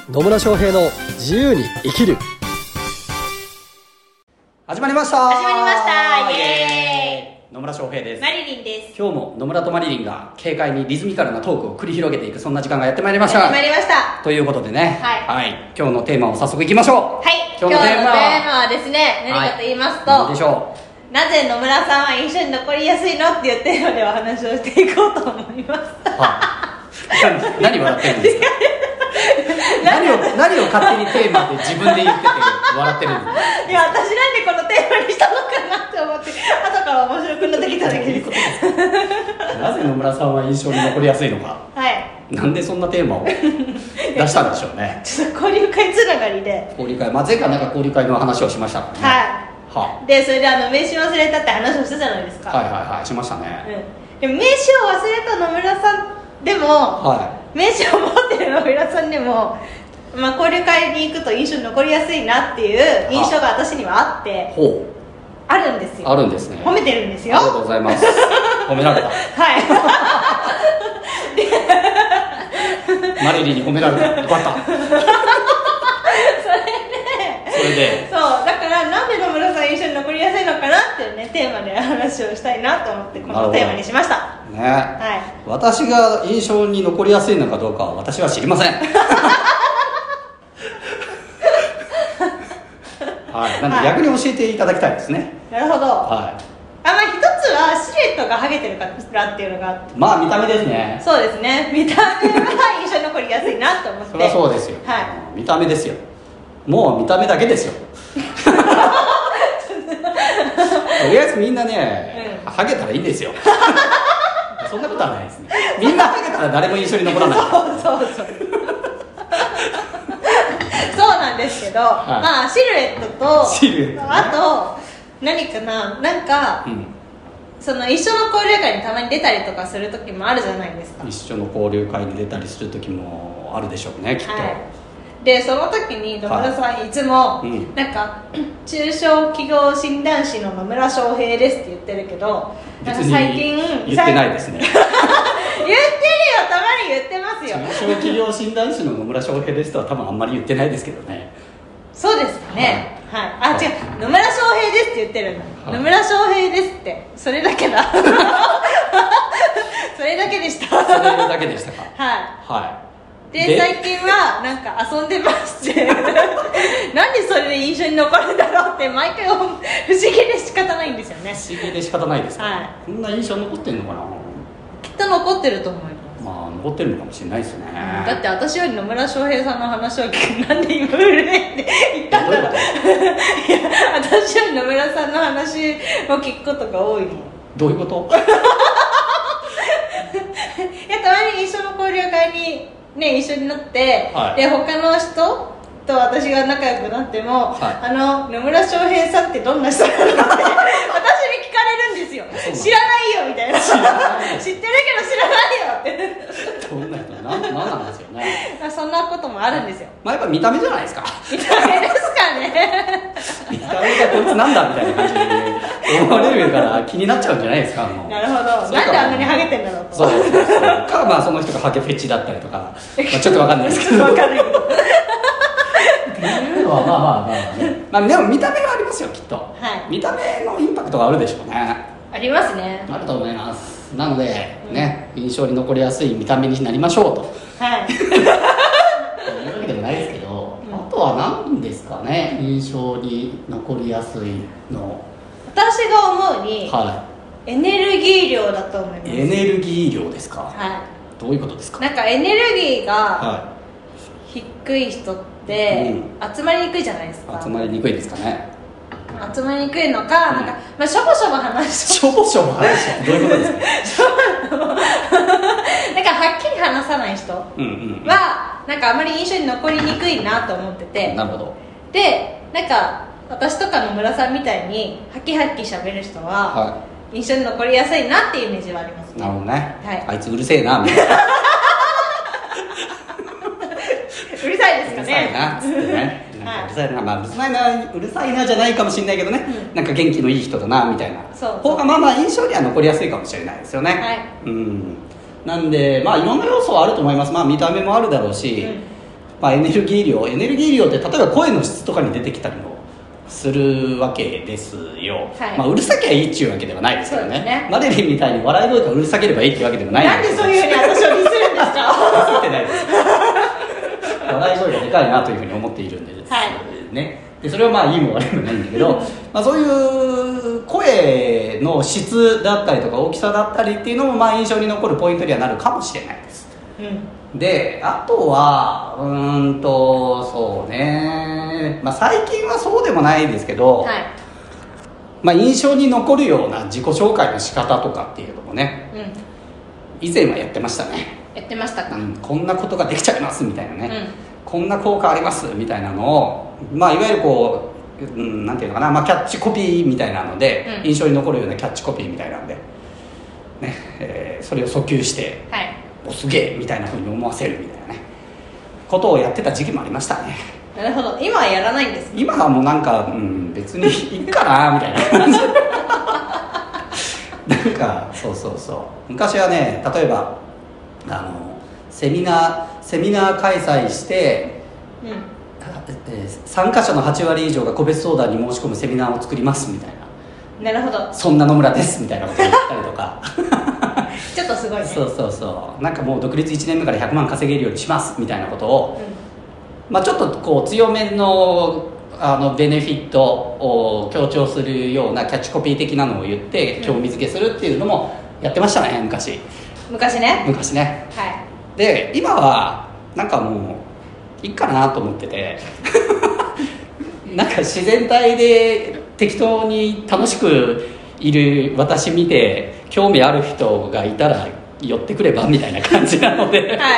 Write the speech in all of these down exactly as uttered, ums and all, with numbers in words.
野村翔平の自由に生きる。始まりました始まりましたイエーイ。 野村翔平です。 マリリンです。 今日も野村とマリリンが軽快にリズミカルなトークを繰り広げていく、そんな時間がやってまいりました。 やってまいりましたということでね、 はいはい、今日のテーマを早速いきましょう。 はい、 今日のテーマは今日のテーマはですね、何かと言いますと、 はい、何でしょう。 なぜ野村さんは印象に残りやすいのっていうテーマでお話をしていこうと思います。 は何笑ってるんですか何を何を勝手にテーマで自分で言ってて笑ってるんですか。 いや、私なんでこのテーマにしたのかなって思って後から面白くなってきただけです。 なぜ野村さんは印象に残りやすいのか、 はい、 なんでそんなテーマを出したんでしょうね。 ちょっと交流会つながりで交流会、まあ、前回なんか交流会の話をしましたからね。 はい、 はあ、 でそれであの名刺忘れたって話をしたじゃないですか。 はいはいはいしましたね、 うん、でも名刺を忘れた野村さんでも、 は名刺を持ってる野村さんでも、まあ、交流会に行くと印象に残りやすいなっていう印象が私にはあって、 ほう、 あるんですよ。 あるんですね。 褒めてるんですよ。 ありがとうございます。褒められた。 はいマリリンに褒められた。よかった。 それでそれでそうだからなんで野村さん印象に残りやすいのかなっていうねテーマで話をしたいなと思ってこのテーマにしましたね、 はい、 私が印象に残りやすいのかどうかは私は知りません。はい、なんで逆に教えていただきたいですね。 なるほど。 はい、 あ、まあ、一つはシルエットがハゲてるからっていうのがあって、 まあ見た目ですね。 そうですね、見た目が印象に残りやすいなと思って。 そりゃそうですよ、 はい、 見た目ですよ。もう見た目だけですよ。とりあえずみんなね、うん、ハゲたらいいんですよ。そんなことはないですね。みんなハゲたら誰も印象に残らない。 そうそうそうそうなんですけど、はい、まあシルエットとシルエット、ね、 あと何かな、なんか、うん、その一緒の交流会にたまに出たりとかする時もあるじゃないですか。 一緒の交流会に出たりする時もあるでしょうね、きっと。はい、 でその時に野村さんいつも、はい、うん、なんか中小企業診断士の野村翔平ですって言ってるけど、なんか最近言ってないですね。 言ってるよ、たまに言ってますよ。 中小企業診断士の野村翔平ですとは多分あんまり言ってないですけどね。 そうですかね。はい、はい、あ、違う、野村翔平ですって言ってるんだ。はい、野村翔平ですって、それだけだ。それだけでした。 それだけでしたか。 はいはい。 で最近はなんか遊んでますってなんでそれで印象に残るんだろうって毎回不思議で仕方ないんですよね。 不思議で仕方ないですか、はい、こんな印象残ってんのかな。 きっと残ってると思います。 まあ残ってるのかもしれないですね、 うん、だって私より野村翔平さんの話を聞く、なんで今売れないって言ったんだろう。いや、私より野村さんの話を聞くことが多いの。 どういうこと？ いや、たまに一緒の交流会にね、一緒になって、はい、で他の人と私が仲良くなっても、はい、あの野村翔平さんってどんな人なのって私に聞かれるんですよ。知らないよみたいな。知ってるけど知らないよって。 そんな人な、なんなんですよね。 そんなこともあるんですよ。 まあやっぱ見た目じゃないですか。 見た目ですかね。 見た目がこいつなんだみたいな感じで思われるから気になっちゃうんじゃないですか。 なるほど。なんであんなにハゲてんだろうと。 そうそうそう。か、まあその人がハゲフェチだったりとか、まあ、ちょっとわかんないですけど。 わかんないけど。 っていうのはまあまあまあ、ね、まあでも見た目はありますよきっと。はい。見た目のインパクトがあるでしょうね。 ありますね。 あると思います。なので、うん、ね、印象に残りやすい見た目になりましょうと。はい。いうわけでもないですけど、うん、あとは何ですかね、印象に残りやすいの。 私が思うに、 はい、 エネルギー量だと思います。 エネルギー量ですか。 はい。 どういうことですか。 なんかエネルギーが低い人って集まりにくいじゃないですか。 うん、集まりにくいですかね。 集まりにくいのか、うん、なんか、まあ、しょぼしょぼ話ししょぼしょぼ話しどういうことですか。 なんかはっきり話さない人は、うんうんうん、なんかあまり印象に残りにくいなと思ってて。 なるほど。 で、なんか私とかの村さんみたいにハキハキ喋る人は、はい、印象に残りやすいなっていうイメージはありますね。 なるほどね、 はい、 あいつうるせえなみたいな。 うるさいですかね。 うるさいなっつってね。なんかうるさいな、まあうるさいな、うるさいなじゃないかもしれないけどね、うん、なんか元気のいい人だなみたいな方がまあまあ印象には残りやすいかもしれないですよね。はい、うん。なんでまあいろんな要素はあると思います。まあ見た目もあるだろうし、 まあ、エネルギー量エネルギー量って例えば声の質とかに出てきたりもするわけですよ、はい、まあ、うるさきゃいいっていうわけではないですからね。ね、マデリンみたいに笑い声がうるさければいいっていうわけでもないんです。なんでそういうふうに私をディスるんですか？ディスってないです笑い声がでかいなというふうに思っているんでですね、はい、でそれはまあいいも悪いもないんだけどまあそういう声の質だったりとか大きさだったりっていうのもまあ印象に残るポイントにはなるかもしれないです、うん、であとはうーんとそうね、まあ、最近はそうでもないですけど、はい、まあ、印象に残るような自己紹介の仕方とかっていうのもね、うん、以前はやってましたね。 やってましたか、 うん、こんなことができちゃいますみたいなね、うん、こんな効果ありますみたいなのを、まあ、いわゆるこう、うん、なんていうのかな、まあ、キャッチコピーみたいなので、うん、印象に残るようなキャッチコピーみたいなので、ねえー、それを訴求して、はい、おすげえみたいな風に思わせるみたいなねことをやってた時期もありましたね。 なるほど。今はやらないんですか？ 今はもうなんか、うん、別にいいかなみたいな感じなんかそうそうそう、昔はね、例えばあのセミナーセミナー開催して、うん、えー、参加者のはち割以上が個別相談に申し込むセミナーを作りますみたいな。なるほど。 そんな野村ですみたいなことを言ったりとかちょっとすごいね。 そうそうそう、なんかもう独立いちねんめからひゃくまん稼げるようにしますみたいなことを、うん、まあ、ちょっとこう強めのあのベネフィットを強調するようなキャッチコピー的なのを言って興味づけするっていうのもやってましたね、昔昔ね昔ね、 はい、 で今はなんかもういいかなと思っててなんか自然体で適当に楽しくいる私見て興味ある人がいたら寄ってくればみたいな感じなので、はい、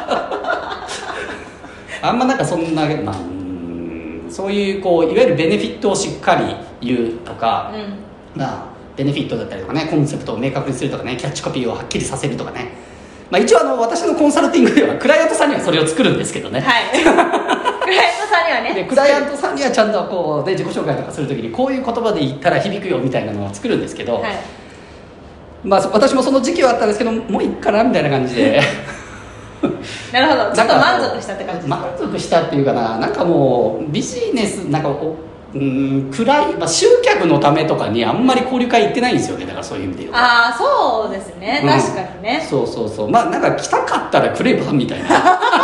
あんまなんかそんな、まあ、そういうこういわゆるベネフィットをしっかり言うとか、うん、まあ、ベネフィットだったりとかね、コンセプトを明確にするとかね、キャッチコピーをはっきりさせるとかね、まあ、一応あの私のコンサルティングではクライアントさんにはそれを作るんですけどね、 はいクライアントさんにはね、 でクライアントさんにはちゃんとこうで自己紹介とかするときにこういう言葉で言ったら響くよみたいなのは作るんですけど、はい、まあ、私もその時期はあったんですけど、もういいかなみたいな感じでなるほど、ちょっと満足したって感じですか？ 満足したっていうかな、なんかもうビジネスなんかおうん暗い、まあ、集客のためとかにあんまり交流会行ってないんですよね。だからそういう意味で言うと、 ああそうですね、うん、確かにね、 そうそうそう、まあなんか来たかったら来ればみたいな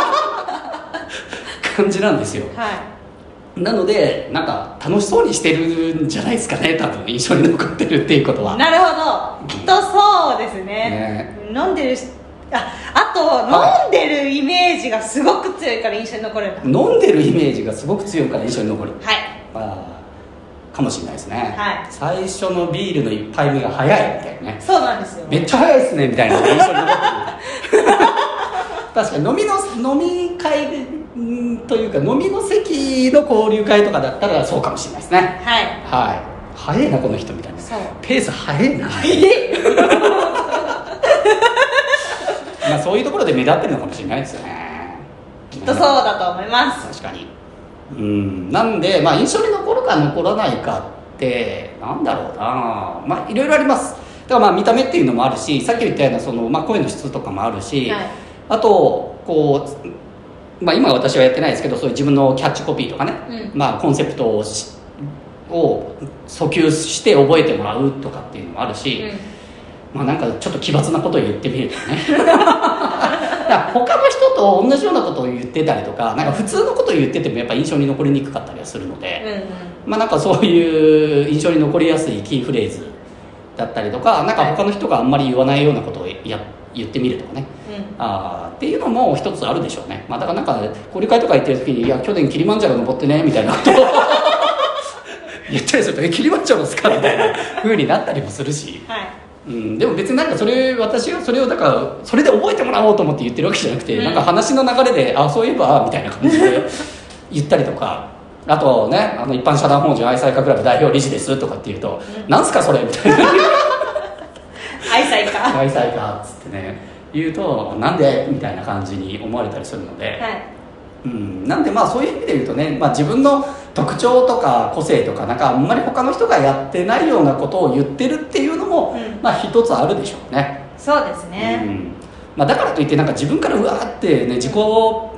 感じなんですよ、はい、なのでなんか楽しそうにしてるんじゃないですかね、多分印象に残ってるっていうことは。 なるほど、きっとそうですね、ね、飲んでるああと、はい、飲んでるイメージがすごく強いから印象に残る。 飲んでるイメージがすごく強いから印象に残る、 はい、 あかもしれないですね、 はい、 最初のビールの一杯目が早いみたいなね。 そうなんですよ、 めっちゃ早いですねみたいな印象に残ってる確かに飲みの飲み会というか飲みの席の交流会とかだったらそうかもしれないですね。 はい、 はい、早いなこの人みたいな、 そうペース早いなまあそういうところで目立ってるのかもしれないですよね。 きっとそうだと思います。 確かに。うん、なんで、まあ、印象に残るか残らないかってなんだろうな、まあいろいろあります。だからまあ見た目っていうのもあるし、さっき言ったようなその、まあ、声の質とかもあるし、はい、あとこう、まあ、今私はやってないですけど、そういう自分のキャッチコピーとかね、うん、まあ、コンセプトをを訴求して覚えてもらうとかっていうのもあるし、うん、まあ、なんかちょっと奇抜なことを言ってみるとねだから他の人と同じようなことを言ってたりとか、なんか普通のことを言っててもやっぱ印象に残りにくかったりはするので、うんうん、まあ、なんかそういう印象に残りやすいキーフレーズだったりとか、なんか他の人があんまり言わないようなことをや言ってみるとかね、うん、あっていうのも一つあるでしょうね。まあ、だからなんか交流会とか行ってる時に、いや去年キリマンジャロ登ってねみたいなことを言ったりすると、えキリマンジャロですかみたいな風になったりもするし、はい、うん、でも別になんかそれ私がそれをだからそれで覚えてもらおうと思って言ってるわけじゃなくて、うん、なんか話の流れであそういえばみたいな感じで言ったりとかあとね、あの一般社団法人愛妻家クラブ代表理事ですとかって言うと、うん、なんすかそれみたいな愛妻家愛妻家っつってね言うとなんでみたいな感じに思われたりするので、はい、うん、なんでまあそういう意味で言うとね、まあ、自分の特徴とか個性とかなんかあんまり他の人がやってないようなことを言ってるっていうのも、うん、まあ一つあるでしょうね。 そうですね、 うん、まあ、だからといってなんか自分からうわーってね自己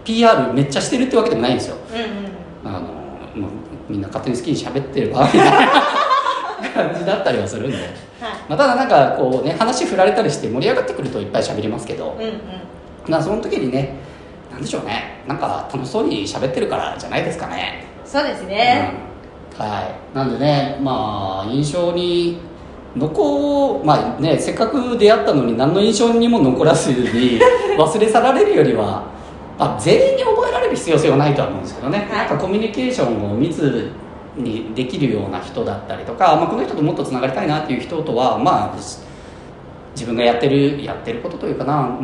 ピーアール めっちゃしてるってわけでもないんですよ、 うんうん、 あのもうみんな勝手に好きに喋ってる場合みたいな感じだったりはするんで、はい、まあ、ただなんかこうね話振られたりして盛り上がってくるといっぱい喋りますけど、 うんうん、 まあその時にね、なんでしょうね、なんか楽しそうに喋ってるからじゃないですかね。 そうですね、 うん、はい。なんでね、まあ印象に残、まあね、せっかく出会ったのに何の印象にも残らずに忘れ去られるよりは、あ、全員に覚えられる必要性はないとは思うんですけどね、はい、なんかコミュニケーションを密にできるような人だったりとか、まあ、この人ともっとつながりたいなっていう人とは、まあ自分がやってるやってることというかな、うん、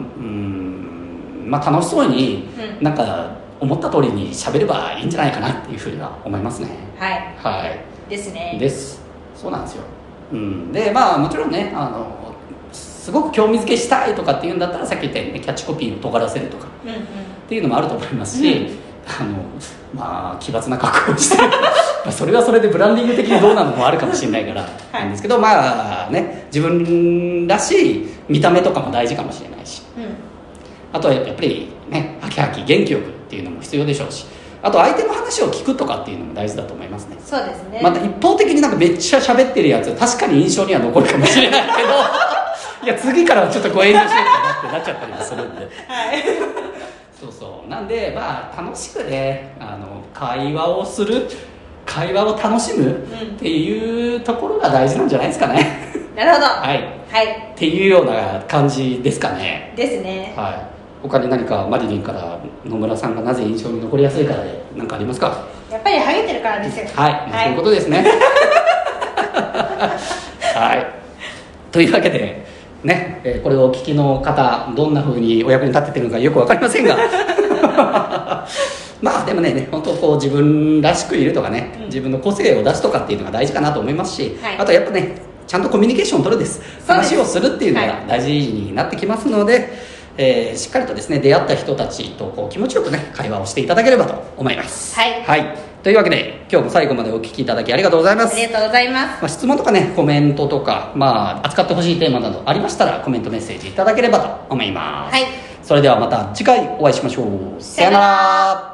まあ楽しそうになんか思った通りに喋ればいいんじゃないかなっていうふうには思いますね。 はい、 はい、 ですね。 です。そうなんですよ。うん、でまあもちろんね、あのすごく興味づけしたいとかっていうんだったら、さっき言ったように、ね、キャッチコピーを尖らせるとかっていうのもあると思いますし、うんうん、あのまあ奇抜な格好をしてそれはそれでブランディング的にどうなのもあるかもしれないからなんですけど、はい、まあね、自分らしい見た目とかも大事かもしれないし、うん、あとはやっぱりね、ハキハキ元気よくっていうのも必要でしょうし、あと相手の話を聞くとかっていうのも大事だと思いますね。 そうですね。 また一方的になんかめっちゃ喋ってるやつ、確かに印象には残るかもしれないけどいや次からはちょっとご遠慮しようかなってなっちゃったりもするんではいそうそう、なんでまあ楽しくね、あの会話をする、会話を楽しむっていうところが大事なんじゃないですかねなるほど、 はい、はい、っていうような感じですかね。 ですね。 はい。他に何かマリリンから野村さんがなぜ印象に残りやすいからで何かありますか？ やっぱりハゲてるからですよ。 はい、はい、そういうことですねはいというわけでね、えー、これをお聞きの方、どんな風にお役に立ててるのかよく分かりませんがまあでもね、本当こう自分らしくいるとかね、うん、自分の個性を出すとかっていうのが大事かなと思いますし、はい、あとやっぱね、ちゃんとコミュニケーションを取るです話をするっていうのが大事になってきますので、はい、えー、しっかりとですね、出会った人たちとこう気持ちよくね会話をしていただければと思います。 はい、 はい、というわけで今日も最後までお聞きいただきありがとうございます。 ありがとうございます。 まあ、質問とかね、コメントとか、まあ、扱ってほしいテーマなどありましたらコメントメッセージいただければと思います。はい、それではまた次回お会いしましょう。さよなら。